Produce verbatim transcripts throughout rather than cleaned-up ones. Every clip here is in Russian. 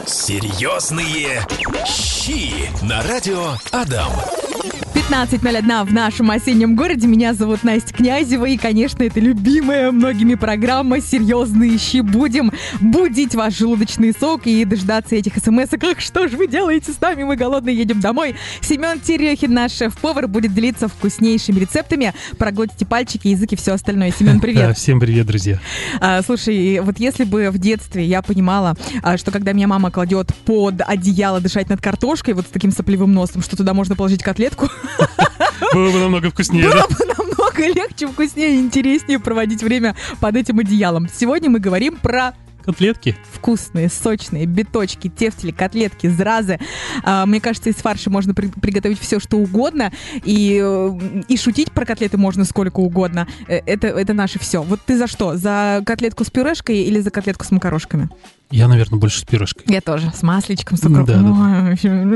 Серьезные щи на радио Адам. пятнадцать ноль один в нашем осеннем городе. Меня зовут Настя Князева. И, конечно, это любимая многими программа «Серьезные щи». Будем будить ваш желудочный сок и дождаться этих смс-ок. Ах, что же вы делаете с нами? Мы голодные, едем домой. Семен Терехин, наш шеф-повар, будет делиться вкуснейшими рецептами. Проглотите пальчики, язык и все остальное. Семен, привет. Всем привет, друзья. А, слушай, вот если бы в детстве я понимала, что когда меня мама кладет под одеяло дышать над картошкой, вот с таким сопливым носом, что туда можно положить котлетку... Было бы намного вкуснее, Было да? бы намного легче, вкуснее и интереснее проводить время под этим одеялом. Сегодня мы говорим про... Котлетки. Вкусные, сочные биточки, тефтели, котлетки, зразы. А, мне кажется, из фарша можно при- приготовить все, что угодно. И, и шутить про котлеты можно сколько угодно. Это, это наше все. Вот ты за что? За котлетку с пюрешкой или за котлетку с макарошками? Я, наверное, больше с пюрешкой. Я тоже. С масличком, с укропом. Да,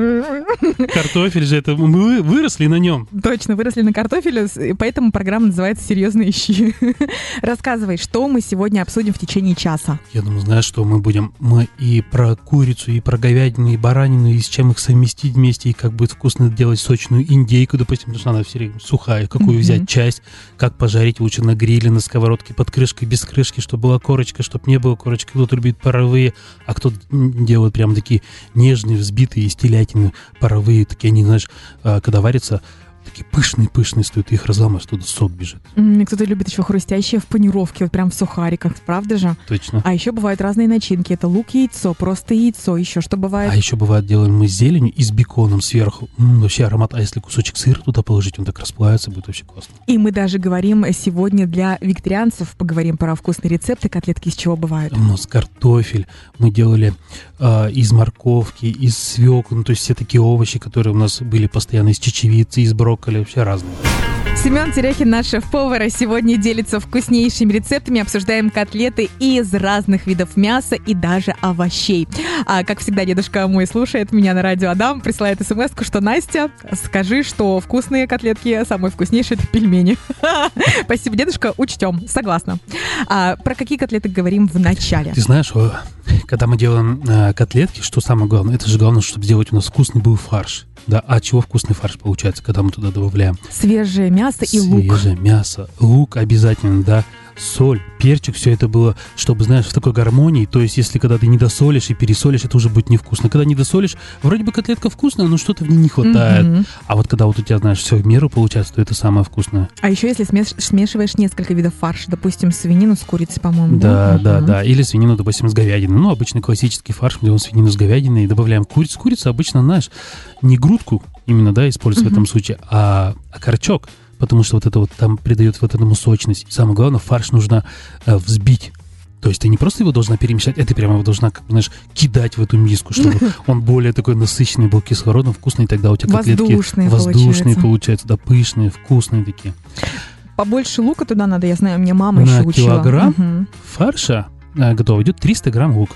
да. Картофель же, это мы выросли на нем. Точно, выросли на картофеле, и поэтому программа называется «Серьезные щи». Рассказывай, что мы сегодня обсудим в течение часа. Я думаю, знаешь, что мы будем? Мы и про курицу, и про говядину, и баранину, и с чем их совместить вместе, и как будет вкусно делать сочную индейку, допустим, потому что она все время сухая, какую mm-hmm. взять часть, как пожарить лучше на гриле, на сковородке, под крышкой, без крышки, чтобы была корочка, чтобы не было корочки. Кто-то любит паровые, а кто делает прям такие нежные, взбитые из телятины, паровые, такие они, знаешь, когда варятся, такие пышные-пышные стоят, их разломаешь, туда сок бежит. Mm, кто-то любит еще хрустящие в панировке, вот прям в сухариках, правда же? Точно. А еще бывают разные начинки. Это лук, яйцо, просто яйцо. Еще что бывает? А еще бывает, делаем мы с зеленью и с беконом сверху. М-м, вообще аромат. А если кусочек сыра туда положить, он так расплавится, будет вообще классно. И мы даже говорим сегодня для вегетарианцев, поговорим про вкусные рецепты. Котлетки из чего бывают? У нас картофель. Мы делали э, из морковки, из свеклы. Ну, то есть все такие овощи, которые у нас были постоянно из чечевицы, из брокколи. Вообще разные. Семен Терехин, наш шеф-повар, сегодня делится вкуснейшими рецептами. Обсуждаем котлеты из разных видов мяса и даже овощей. А, как всегда, дедушка мой слушает меня на радио Адам, присылает смс-ку, что Настя, скажи, что вкусные котлетки, самые вкуснейшие — это пельмени. Спасибо, дедушка, учтем, согласна. А, про какие котлеты говорим в начале? Ты знаешь, когда мы делаем э, котлетки, что самое главное? Это же главное, чтобы сделать у нас вкусный был фарш. Да, а чего вкусный фарш получается, когда мы туда добавляем? Свежее мясо и лук. Свежее мясо, лук обязательно, да, соль, перчик, все это было, чтобы, знаешь, в такой гармонии. То есть, если когда ты не досолишь и пересолишь, это уже будет невкусно. Когда не досолишь, вроде бы котлетка вкусная, но что-то в ней не хватает. Mm-hmm. А вот когда вот у тебя, знаешь, все в меру получается, то это самое вкусное. А еще если смеш- смешиваешь несколько видов фарша, допустим, свинину с курицей, по-моему, да? Да, mm-hmm. да, да. Или свинину, допустим, с говядиной. Ну, обычно классический фарш, мы делаем свинину с говядиной и добавляем курицу. Курица обычно, знаешь, не грудку именно, да, используется mm-hmm. в этом случае, а, а корчок. Потому что вот это вот там придает вот этому сочность. И самое главное, фарш нужно э, взбить. То есть ты не просто его должна перемешать, а ты прямо его должна, как бы, знаешь, кидать в эту миску, чтобы он более такой насыщенный был кислородом, вкусный, и тогда у тебя котлетки воздушные, воздушные получаются, да, пышные, вкусные такие. Побольше лука туда надо, я знаю, мне мама еще учила. На килограмм угу. фарша э, готово идет триста грамм лука.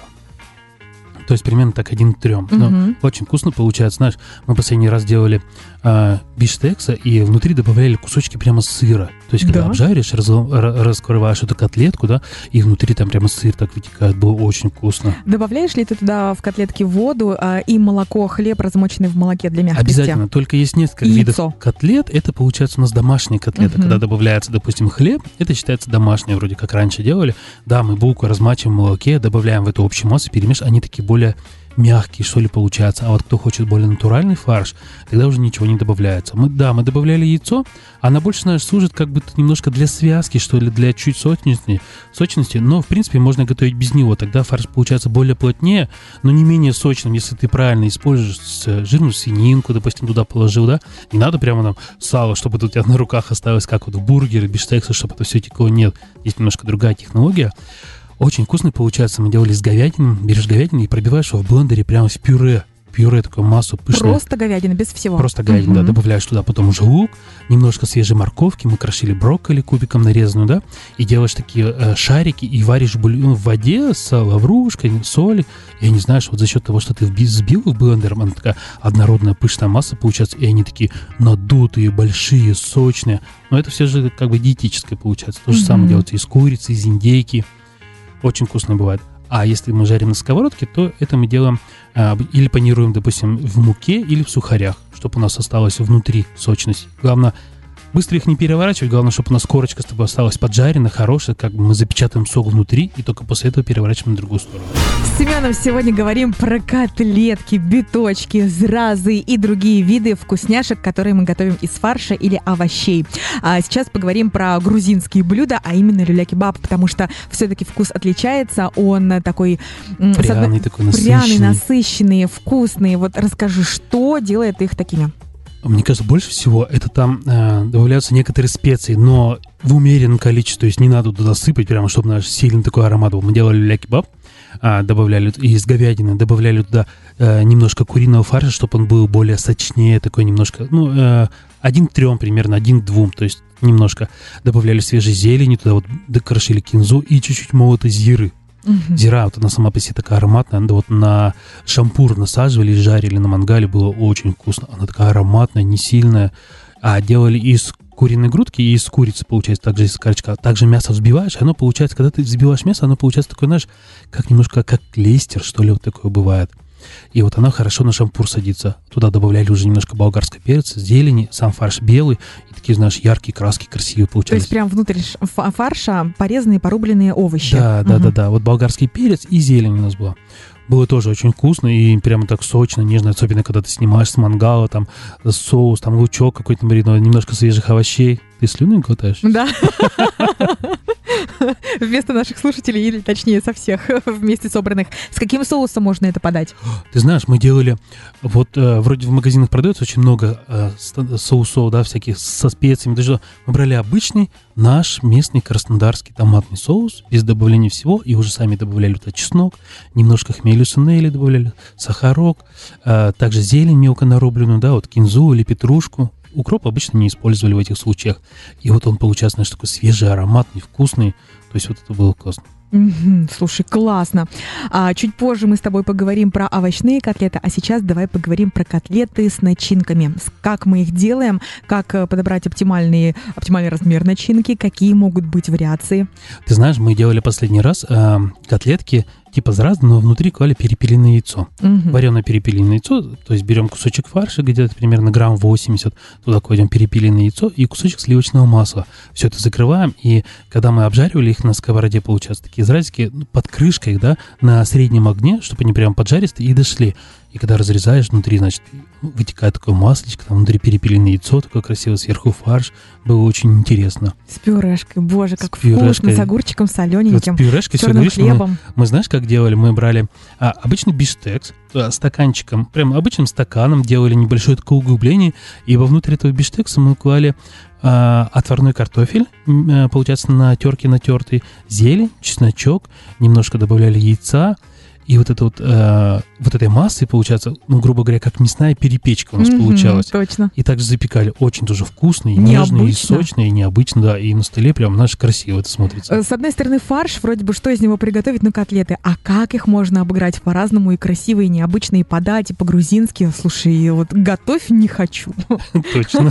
То есть примерно так один к трем. Uh-huh. Но очень вкусно получается. Знаешь, мы последний раз делали э, биштекса и внутри добавляли кусочки прямо сыра. То есть, когда да. обжаришь, раз, раскрываешь эту котлетку, да, и внутри там прямо сыр так вытекает. Было очень вкусно. Добавляешь ли ты туда в котлетки воду э, и молоко, хлеб, размоченный в молоке для мягкости? Обязательно. Только есть несколько и видов яйцо. Котлет. Это получается у нас домашняя котлета. Uh-huh. Когда добавляется, допустим, хлеб, это считается домашняя, вроде как раньше делали. Да, мы булку размачиваем в молоке, добавляем в эту общую массу, перемешиваем. Они такие более мягкие, что ли, получается. А вот кто хочет более натуральный фарш, тогда уже ничего не добавляется. Мы, да, мы добавляли яйцо, она больше, знаешь, служит как бы немножко для связки, что ли, для чуть сочности, сочности, но, в принципе, можно готовить без него. Тогда фарш получается более плотнее, но не менее сочным, если ты правильно используешь жирную свининку, допустим, туда положил, да. Не надо прямо там сало, чтобы тут у тебя на руках осталось, как вот в бургере, биштексы, чтобы это все текло. Нет, есть немножко другая технология. Очень вкусно получается. Мы делали с говядиной. Берешь говядину и пробиваешь его в блендере прямо с пюре. Пюре, такую массу пышную. Просто говядина, без всего. Просто говядина, uh-huh. да. Добавляешь туда потом уже лук, немножко свежей морковки. Мы крошили брокколи кубиком нарезанную, да. И делаешь такие э, шарики и варишь бульон в воде с лаврушкой, соль. И они, знаешь, вот за счет того, что ты взбил в блендер, она такая однородная пышная масса получается. И они такие надутые, большие, сочные. Но это все же как бы диетическое получается. То же uh-huh. самое делается из курицы, из индейки. Очень вкусно бывает. А если мы жарим на сковородке, то это мы делаем а, или панируем, допустим, в муке или в сухарях, чтобы у нас осталась внутри сочность. Главное, быстро их не переворачивать, главное, чтобы у нас корочка с тобой осталась поджарена, хорошая, как бы мы запечатываем сок внутри и только после этого переворачиваем на другую сторону. С Семеном сегодня говорим про котлетки, биточки, зразы и другие виды вкусняшек, которые мы готовим из фарша или овощей. А сейчас поговорим про грузинские блюда, а именно люля-кебаб, потому что все-таки вкус отличается, он такой... Пряный, такой насыщенный. Пряный, насыщенный, вкусный. Вот расскажи, что делает их такими? Мне кажется, больше всего это там э, добавляются некоторые специи, но в умеренном количестве, то есть не надо туда сыпать, прямо чтобы наш сильный такой аромат был. Мы делали люля-кебаб, э, добавляли из говядины, добавляли туда э, немножко куриного фарша, чтобы он был более сочнее, такой немножко, ну, э, один к трем примерно, один к двум, то есть немножко добавляли свежей зелени, туда вот докрошили кинзу и чуть-чуть молотой зиры. Uh-huh. Зира, вот она сама по себе такая ароматная, вот на шампур насаживали и жарили на мангале, было очень вкусно. Она такая ароматная, не сильная. А делали из куриной грудки и из курицы, получается, также из карачка. Также мясо взбиваешь, и оно получается, когда ты взбиваешь мясо, оно получается такое, знаешь, как немножко как клейстер, что ли, вот такое бывает. И вот она хорошо на шампур садится. Туда добавляли уже немножко болгарской перца, зелени, сам фарш белый. И такие, знаешь, яркие краски, красивые получались. То есть прям внутрь фарша порезанные, порубленные овощи. Да, угу. да, да, да. Вот болгарский перец и зелень у нас была. Было тоже очень вкусно и прямо так сочно, нежно, особенно когда ты снимаешь с мангала, там соус, там лучок какой-то, немножко свежих овощей. Ты слюны глотаешь? Да. Вместо наших слушателей, или точнее со всех вместе собранных. С каким соусом можно это подать? Ты знаешь, мы делали, вот э, вроде в магазинах продается очень много э, соусов, да, всяких со специями. Даже мы брали обычный наш местный краснодарский томатный соус без добавления всего, и уже сами добавляли туда чеснок, немножко хмелю сунели добавляли, сахарок, э, также зелень мелко нарубленную, да, вот кинзу или петрушку. Укроп обычно не использовали в этих случаях. И вот он получается, знаешь, такой свежий, ароматный, вкусный. То есть вот это было классно. Mm-hmm. Слушай, классно. А, чуть позже мы с тобой поговорим про овощные котлеты, а сейчас давай поговорим про котлеты с начинками. Как мы их делаем, как подобрать оптимальный, оптимальный размер начинки, какие могут быть вариации. Ты знаешь, мы делали последний раз э, котлетки типа зразы, но внутри клали перепелиное яйцо. Uh-huh. Вареное перепелиное яйцо, то есть берем кусочек фарша, где-то примерно грамм восемьдесят, туда кладем перепелиное яйцо и кусочек сливочного масла. Все это закрываем, и когда мы обжаривали их на сковороде, получаются такие зразики под крышкой, да, на среднем огне, чтобы они прям поджаристые и дошли. И когда разрезаешь, внутри, значит, вытекает такое маслечко, там внутри перепелиное яйцо, такое красивое, сверху фарш. Было очень интересно. С пюрешкой, боже, как с вкусно, с огурчиком солененьким, вот с пюрешкой, с черным хлебом. Мы, мы знаешь, как делали? Мы брали а, обычный бифштекс, а, стаканчиком, прям обычным стаканом делали небольшое такое углубление, и вовнутрь этого бифштекса мы клали а, отварной картофель, а, получается, на терке натертый, зелень, чесночок, немножко добавляли яйца. И вот это вот, э, вот этой массы, получается, ну, грубо говоря, как мясная перепечка у нас mm-hmm, получалась. Точно. И также запекали очень тоже вкусно, и нежно, и сочно, и необычно, да. И на столе прям, знаешь, красиво это смотрится. С одной стороны, фарш, вроде бы, что из него приготовить, ну, котлеты. А как их можно обыграть по-разному, и красиво, и необычно, и подать, и по-грузински? Слушай, вот готовь не хочу. Точно.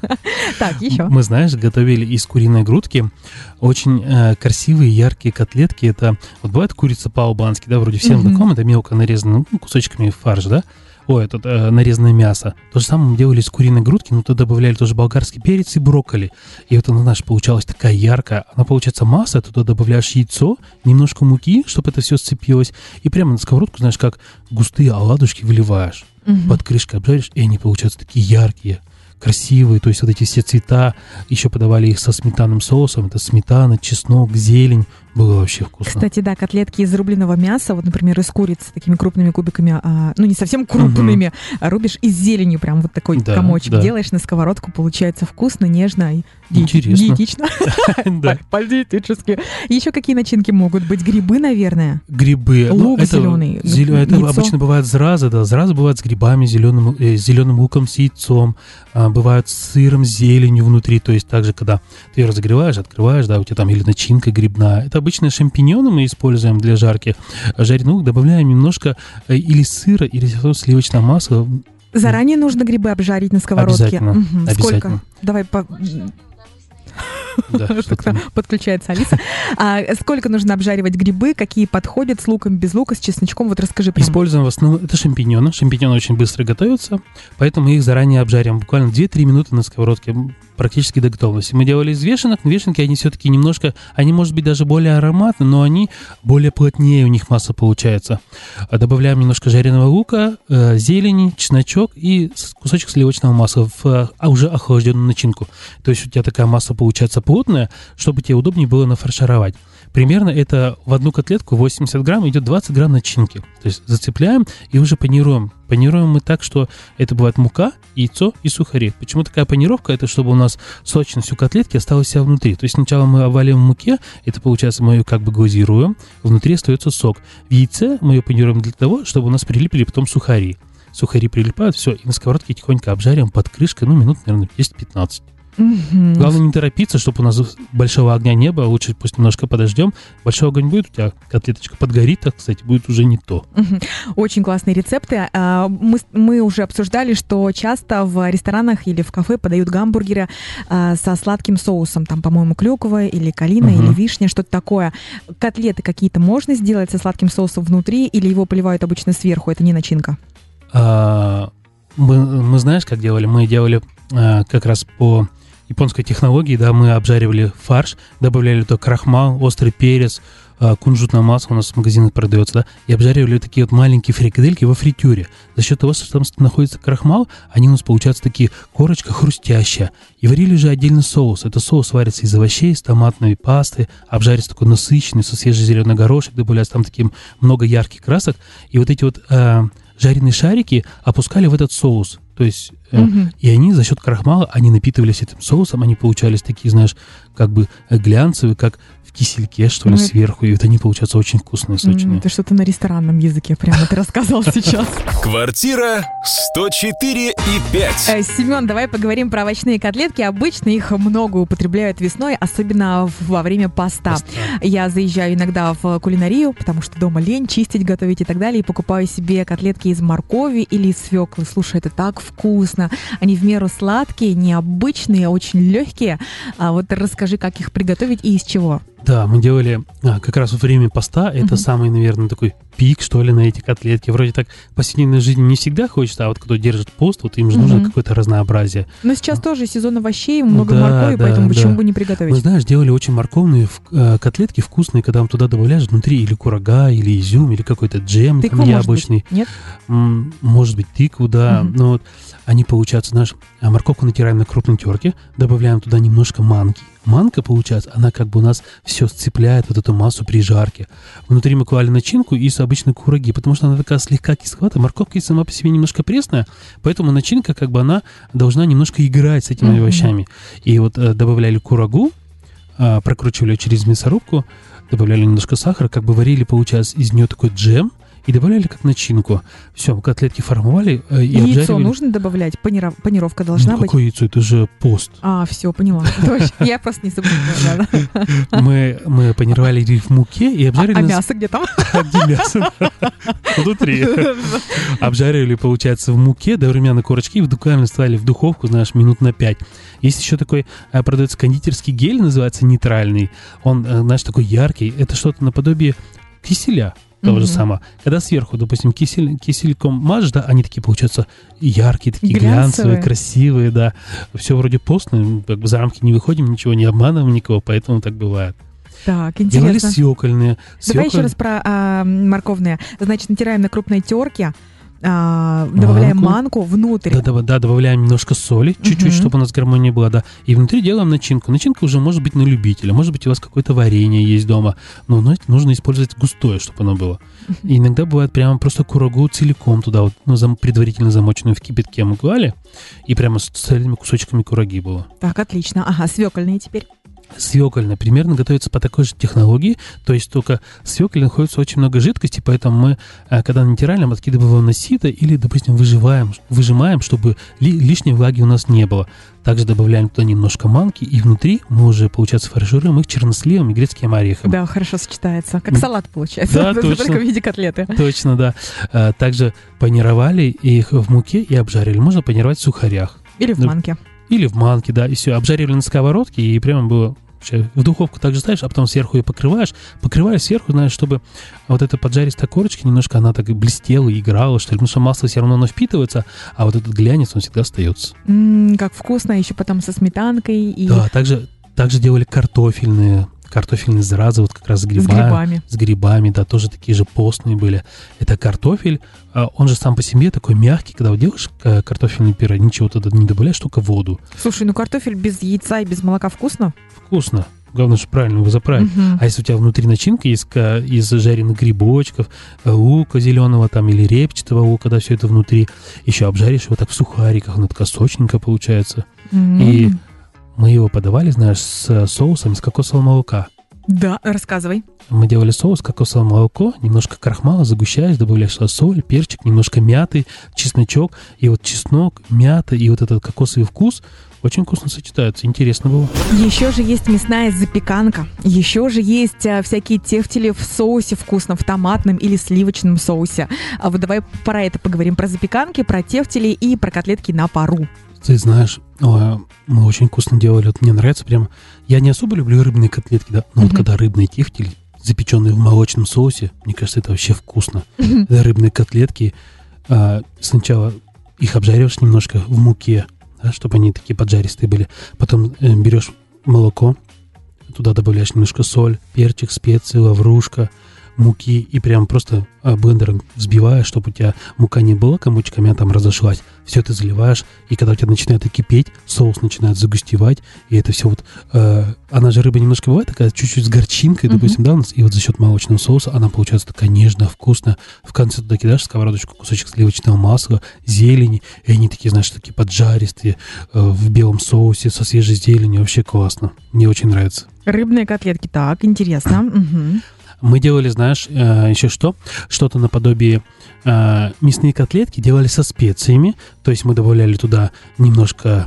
Так, еще. Мы, знаешь, готовили из куриной грудки очень красивые, яркие котлетки. Это, вот бывает курица по-албански, да, вроде всем знакомо, это мелко нарезанный, ну, кусочками фарш, да? Ой, это э, нарезанное мясо. То же самое мы делали из куриной грудки, но туда добавляли тоже болгарский перец и брокколи. И вот она, знаешь, получалась такая яркая. Она, получается, масса, туда добавляешь яйцо, немножко муки, чтобы это все сцепилось. И прямо на сковородку, знаешь, как густые оладушки выливаешь. Угу. Под крышкой обжаришь, и они получаются такие яркие, красивые, то есть вот эти все цвета, еще подавали их со сметанным соусом, это сметана, чеснок, зелень, было вообще вкусно. Кстати, да, котлетки из рубленого мяса, вот, например, из курицы, такими крупными кубиками, а, ну, не совсем крупными, угу. а рубишь и с зеленью, прям вот такой да, комочек да. делаешь на сковородку, получается вкусно, нежно и диетично. По-диетически. Еще какие начинки могут быть? Грибы, наверное? Грибы. Лук зеленый. Это обычно бывает зразы, да, зразы бывают с грибами, зеленым луком, с яйцом, бывают с сыром, с зеленью внутри, то есть также, когда ты ее разогреваешь, открываешь, да, у тебя там или начинка грибная, это обычно шампиньоны мы используем для жарки, жареный лук, добавляем немножко или сыра, или сливочного масла. Заранее нужно грибы обжарить на сковородке? Обязательно, угу. обязательно. Сколько? Давай по... Да, что-то... Подключается Алиса. А сколько нужно обжаривать грибы? Какие подходят с луком, без лука, с чесночком? Вот расскажи прямо. Используем в основном... Это шампиньоны. Шампиньоны очень быстро готовятся, поэтому мы их заранее обжариваем. Буквально две-три минуты на сковородке, практически до готовности. Мы делали из вешенок, но вешенки, они все-таки немножко... Они, может быть, даже более ароматны, но они более плотнее, у них масса получается. Добавляем немножко жареного лука, э, зелени, чесночок и кусочек сливочного масла в а, уже охлажденную начинку. То есть у тебя такая масса получается плотная, чтобы тебе удобнее было нафаршировать. Примерно это в одну котлетку восемьдесят грамм идет двадцать грамм начинки. То есть зацепляем и уже панируем. Панируем мы так, что это бывает мука, яйцо и сухари. Почему такая панировка? Это чтобы у нас сочность у котлетки осталась вся внутри. То есть сначала мы обваливаем в муке, это получается мы ее как бы глазируем, внутри остается сок. В яйце мы ее панируем для того, чтобы у нас прилипли потом сухари. Сухари прилипают, все, и на сковородке тихонько обжариваем под крышкой, ну, минут, наверное, десять-пятнадцать. Mm-hmm. Главное не торопиться, чтобы у нас большого огня не было. Лучше пусть немножко подождем. Большой огонь будет, у тебя котлеточка подгорит, а, кстати, будет уже не то. Mm-hmm. Очень классные рецепты. Мы, мы уже обсуждали, что часто в ресторанах или в кафе подают гамбургеры со сладким соусом. Там, по-моему, клюква или калина, mm-hmm. или вишня, что-то такое. Котлеты какие-то можно сделать со сладким соусом внутри или его поливают обычно сверху? Это не начинка? А, мы, мы знаешь, как делали? Мы делали а, как раз по японской технологии, да, мы обжаривали фарш, добавляли туда крахмал, острый перец, а, кунжутное масло у нас в магазинах продается, да, и обжаривали такие вот маленькие фрикадельки во фритюре. За счет того, что там находится крахмал, они у нас получаются такие, корочка хрустящая. И варили же отдельно соус. Это соус варится из овощей, с томатной пасты, обжарится такой насыщенный, со свежей зеленой горошек, добавляется там таким много ярких красок. И вот эти вот а, жареные шарики опускали в этот соус. То есть, mm-hmm. э, и они за счет крахмала, они напитывались этим соусом, они получались такие, знаешь, как бы глянцевые, как в кисельке, что ли, mm-hmm. сверху. И вот они получаются очень вкусные, сочные. Mm-hmm. Это что-то на ресторанном языке прямо ты рассказал сейчас. Квартира сто четыре и пять. Семен, давай поговорим про овощные котлетки. Обычно их много употребляют весной, особенно во время поста. Поста. Я заезжаю иногда в кулинарию, потому что дома лень чистить, готовить и так далее, и покупаю себе котлетки из моркови или из свеклы. Слушай, это так вкусно. Они в меру сладкие, необычные, очень легкие. А вот расскажи, как их приготовить и из чего. Да, мы делали а, как раз во время поста, это uh-huh. самый, наверное, такой пик, что ли, на эти котлетки. Вроде так в повседневной жизни не всегда хочется, а вот кто держит пост, вот им же uh-huh. нужно какое-то разнообразие. Но сейчас а. тоже сезон овощей, много да, моркови, да, поэтому да. почему бы не приготовить? Мы, знаешь, делали очень морковные э, котлетки вкусные, когда вам туда добавляешь внутри или курага, или изюм, или какой-то джем тыкву, там необычный. Может быть? Нет? М- может быть, тыкву, да. Uh-huh. Но вот они, получается, знаешь, морковку натираем на крупной терке, добавляем туда немножко манки. Манка, получается, она как бы у нас все сцепляет вот эту массу при жарке. Внутри мы клали начинку из обычной кураги, потому что она такая слегка кисловатая. Морковка сама по себе немножко пресная, поэтому начинка как бы она должна немножко играть с этими mm-hmm. овощами. И вот э, добавляли курагу, э, прокручивали через мясорубку, добавляли немножко сахара, как бы варили, получается, из нее такой джем, и добавляли как начинку. Все, котлетки формовали э, и яйцо обжаривали. Яйцо нужно добавлять? Паниров... Панировка должна ну, быть? Какое яйцо? Это же пост. А, все, поняла. Я просто не соблюдала. Мы, мы панировали их в муке и обжарили... А мясо где там? Где мясо? Внутри. Обжаривали, получается, в муке до румяной корочки и буквально ставили в духовку, знаешь, минут на пять. Есть еще такой, продается кондитерский гель, называется нейтральный. Он, знаешь, такой яркий. Это что-то наподобие киселя. Того mm-hmm. же самого. Когда сверху, допустим, кисель, кисельком мажешь, да, они такие получаются яркие, такие глянцевые, глянцевые красивые, да. Все вроде постное, как бы за рамки не выходим, ничего не обманываем никого, поэтому так бывает. Так, интересно. Делали свекольные. Давай Свеколь... еще раз про а, морковные. Значит, натираем на крупной терке, а, добавляем манку. манку внутрь. Да, да, да, добавляем немножко соли, чуть-чуть, uh-huh. чтобы у нас гармония была, да. И внутри делаем начинку. Начинка уже может быть на любителя. Может быть, у вас какое-то варенье есть дома. Но, знаете, нужно использовать густое, чтобы оно было. Uh-huh. И иногда бывает прямо просто курагу целиком туда, вот, ну, зам, предварительно замоченную в кипятке мы клали. И прямо с цельными кусочками кураги было. Так, отлично. Ага, свекольные теперь. Свекольная примерно готовится по такой же технологии, то есть только в свекле находится очень много жидкости, поэтому мы, когда натираем, откидываем на сито или, допустим, выживаем, выжимаем, чтобы ли, лишней влаги у нас не было. Также добавляем туда немножко манки, и внутри мы уже, получается, фаршируем их черносливом и грецким орехом. Да, хорошо сочетается. Как салат получается. Да, точно. Только в виде котлеты. Точно, да. Также панировали их в муке и обжарили. Можно панировать в сухарях. Или в манке. Или в манке, да, и все. Обжаривали на сковородке, и прямо было... В духовку также ставишь, а потом сверху ее покрываешь. Покрываешь сверху, знаешь, чтобы вот эта поджаристая корочка немножко, она так блестела и играла, что ли. Потому что масло все равно оно впитывается, а вот этот глянец, он всегда остается. М-м, как вкусно, еще потом со сметанкой. И... Да, также, также делали картофельные, картофельные зразы, вот как раз с грибами. С грибами. С грибами, да, тоже такие же постные были. Это картофель, он же сам по себе такой мягкий, когда вот делаешь картофельный пюре, ничего туда не добавляешь, только воду. Слушай, ну картофель без яйца и без молока вкусно? Вкусно. Главное, что правильно его заправить. Uh-huh. А если у тебя внутри начинка из, из жареных грибочков, лука зеленого там или репчатого лука, да, все это внутри, еще обжаришь его так в сухариках, она такая сочненькая получается. Uh-huh. И мы его подавали, знаешь, с соусом из кокосового молока. Да, рассказывай. Мы делали соус, кокосовое молоко, немножко крахмала, загущаешь, добавляешь соль, перчик, немножко мяты, чесночок. И вот чеснок, мята и вот этот кокосовый вкус очень вкусно сочетаются. Интересно было. Еще же есть мясная запеканка. Еще же есть а, всякие тефтели в соусе вкусном, в томатном или сливочном соусе. А вот давай про это поговорим. Про запеканки, про тефтели и про котлетки на пару. Ты знаешь, мы очень вкусно делали. Вот мне нравится прям... Я не особо люблю рыбные котлетки, да, но mm-hmm. вот когда рыбные тефтели, запеченные в молочном соусе, мне кажется, это вообще вкусно. Mm-hmm. Да, рыбные котлетки, а, сначала их обжариваешь немножко в муке, да, чтобы они такие поджаристые были. Потом э, берешь молоко, туда добавляешь немножко соль, перчик, специи, лаврушка, муки, и прям просто а, блендером взбиваешь, чтобы у тебя мука не была комочками, а там разошлась. Все это заливаешь, и когда у тебя начинает кипеть, соус начинает загустевать, и это все вот... Э, она же рыба немножко бывает такая, чуть-чуть с горчинкой, uh-huh. допустим, да, у нас, и вот за счет молочного соуса она получается такая нежная, вкусная. В конце туда кидаешь в сковородочку кусочек сливочного масла, зелени, и они такие, знаешь, такие поджаристые, э, в белом соусе, со свежей зеленью. Вообще классно. Мне очень нравится. Рыбные котлетки, так, интересно. Угу. Мы делали, знаешь, еще что? Что-то наподобие мясные котлетки делали со специями. То есть мы добавляли туда немножко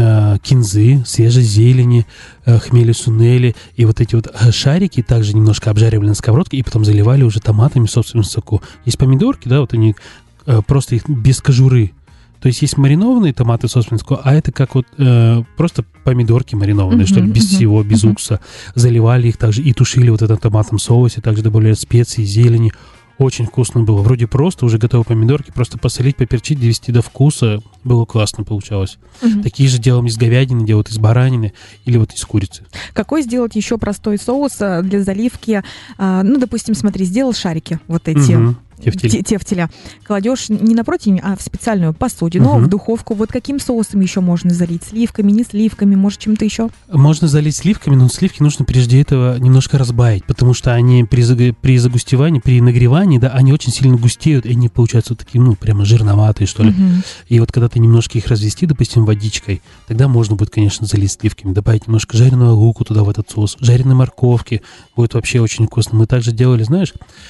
кинзы, свежей зелени, хмели сунели. И вот эти вот шарики также немножко обжаривали на сковородке и потом заливали уже томатами в собственном соку. Есть помидорки, да, вот они просто их без кожуры. То есть есть маринованные томаты в собственном соку, а это как вот э, просто помидорки маринованные, uh-huh, что ли, без uh-huh, всего, без uh-huh. уксуса. Заливали их также и тушили вот в этом томатном соусе, также добавляли специи, зелени. Очень вкусно было. Вроде просто, уже готовые помидорки, просто посолить, поперчить, довести до вкуса. Было классно получалось. Uh-huh. Такие же делаем из говядины, делают из баранины или вот из курицы. Какой сделать еще простой соус для заливки? Ну, допустим, смотри, сделал шарики вот эти... Uh-huh. Тефтели. Тефтеля. Кладешь не на противень, а в специальную посудину, угу. в духовку. Вот каким соусом еще можно залить? Сливками, не сливками, может, чем-то еще? Можно залить сливками, но сливки нужно прежде этого немножко разбавить, потому что они при, при загустевании, при нагревании, да, они очень сильно густеют, и они получаются вот такие, ну, прямо жирноватые, что ли. Угу. И вот когда ты немножко их развести, допустим, водичкой, тогда можно будет, конечно, залить сливками, добавить немножко жареного лука туда в этот соус, жареной морковки, будет вообще очень вкусно. Мы также делали, знаешь,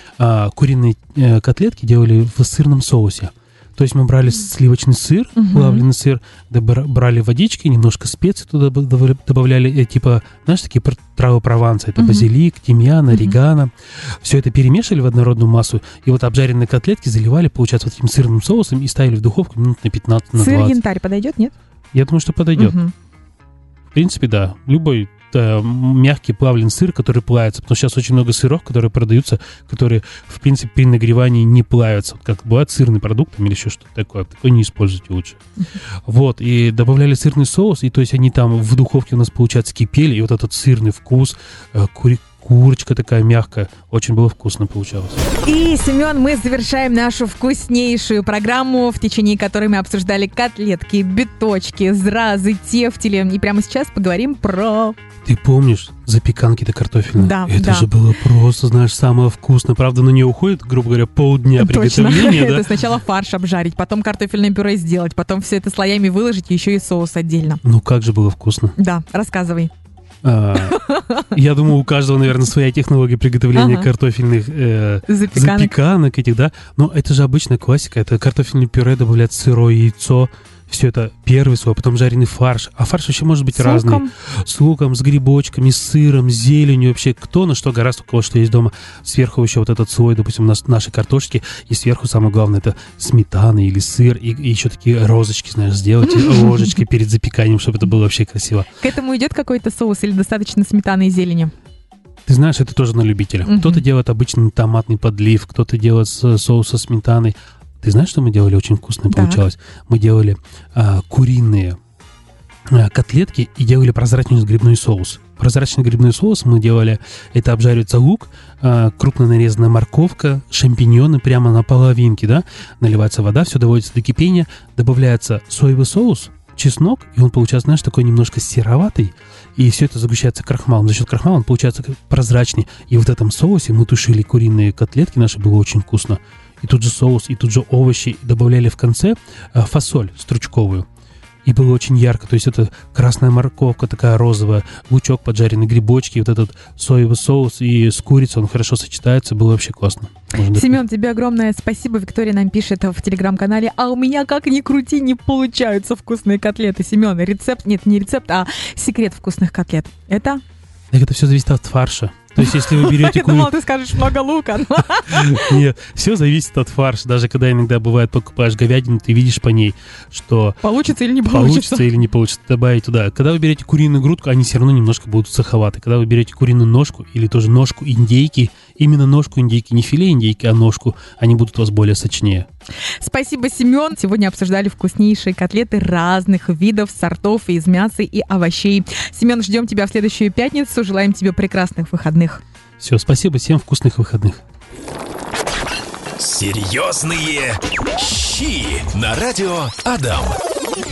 куриные котлетки делали в сырном соусе. То есть мы брали сливочный сыр, uh-huh. плавленый сыр, брали водички, немножко специй туда добавляли, типа, знаешь, такие травы Прованса. Это uh-huh. базилик, тимьян, орегано. Uh-huh. Все это перемешивали в однородную массу, и вот обжаренные котлетки заливали, получается, вот этим сырным соусом и ставили в духовку минут на пятнадцать, на двадцать. Сыр янтарь подойдет, нет? Я думаю, что подойдет. Uh-huh. В принципе, да. Любой мягкий плавленый сыр, который плавится. Потому что сейчас очень много сыров, которые продаются, которые, в принципе, при нагревании не плавятся. Вот как бывает сырный продукт или еще что-то такое. Такое не используйте лучше. Uh-huh. Вот. И добавляли сырный соус, и то есть они там в духовке у нас, получается, кипели, и вот этот сырный вкус, кури Курочка такая мягкая. Очень было вкусно получалось. И, Семен, мы завершаем нашу вкуснейшую программу, в течение которой мы обсуждали котлетки, биточки, зразы, тефтели. И прямо сейчас поговорим про... Ты помнишь запеканки-то картофельные? Да, Это да. же было просто, знаешь, самое вкусное. Правда, на нее уходит, грубо говоря, полдня приготовления. Точно. Да? Это сначала фарш обжарить, потом картофельное пюре сделать, потом все это слоями выложить, еще и соус отдельно. Ну, как же было вкусно. Да, рассказывай. А, я думаю, у каждого, наверное, своя технология приготовления ага. картофельных э, запеканок. запеканок этих, да. Но это же обычная классика. Это картофельное пюре, добавлять сырое яйцо, Все это первый слой, потом жареный фарш. А фарш вообще может быть С разный. луком. С луком, с грибочками, с сыром, с зеленью. Вообще кто на что гораздо, у кого что есть дома. Сверху еще вот этот слой, допустим, нас- нашей картошки. И сверху самое главное это сметана или сыр. И, и еще такие розочки, знаешь, сделать ложечкой перед запеканием, чтобы это было вообще красиво. К этому идет какой-то соус или достаточно сметаны и зелени? Ты знаешь, это тоже на любителя. Мгм. Кто-то делает обычный томатный подлив, кто-то делает с- соус со сметаной. Ты знаешь, что мы делали? Очень вкусно Так. получалось. Мы делали а, куриные а, котлетки и делали прозрачный грибной соус. Прозрачный грибной соус мы делали, это обжаривается лук, а, крупно нарезанная морковка, шампиньоны прямо на половинке, да, наливается вода, все доводится до кипения, добавляется соевый соус, чеснок, и он получается, знаешь, такой немножко сероватый, и все это загущается крахмалом. За счет крахмала он получается как прозрачнее. И вот в этом соусе мы тушили куриные котлетки наши, было очень вкусно. И тут же соус, и тут же овощи, и добавляли в конце а, фасоль стручковую. И было очень ярко, то есть это красная морковка такая розовая, лучок поджаренный, грибочки, вот этот соевый соус и с курицей, он хорошо сочетается, было вообще классно. Можно Семен, тебе огромное спасибо. Виктория нам пишет в телеграм-канале, а у меня как ни крути, не получаются вкусные котлеты. Семен, рецепт, нет, не рецепт, а секрет вкусных котлет. Это? Так это все зависит от фарша. То есть, если вы берете Я думала, курицу... ты скажешь много лука. Нет, все зависит от фарша. Даже когда иногда бывает, покупаешь говядину, ты видишь по ней, что Получится или не получится получится? или не получится добавить туда. Когда вы берете куриную грудку, они все равно немножко будут суховаты. Когда вы берете куриную ножку или тоже ножку индейки, именно ножку индейки, не филе индейки, а ножку, они будут у вас более сочнее. Спасибо, Семен. Сегодня обсуждали вкуснейшие котлеты разных видов, сортов из мяса и овощей. Семен, ждем тебя в следующую пятницу. Желаем тебе прекрасных выходных. Все, спасибо, всем вкусных выходных. Серьезные щи на радио Адам.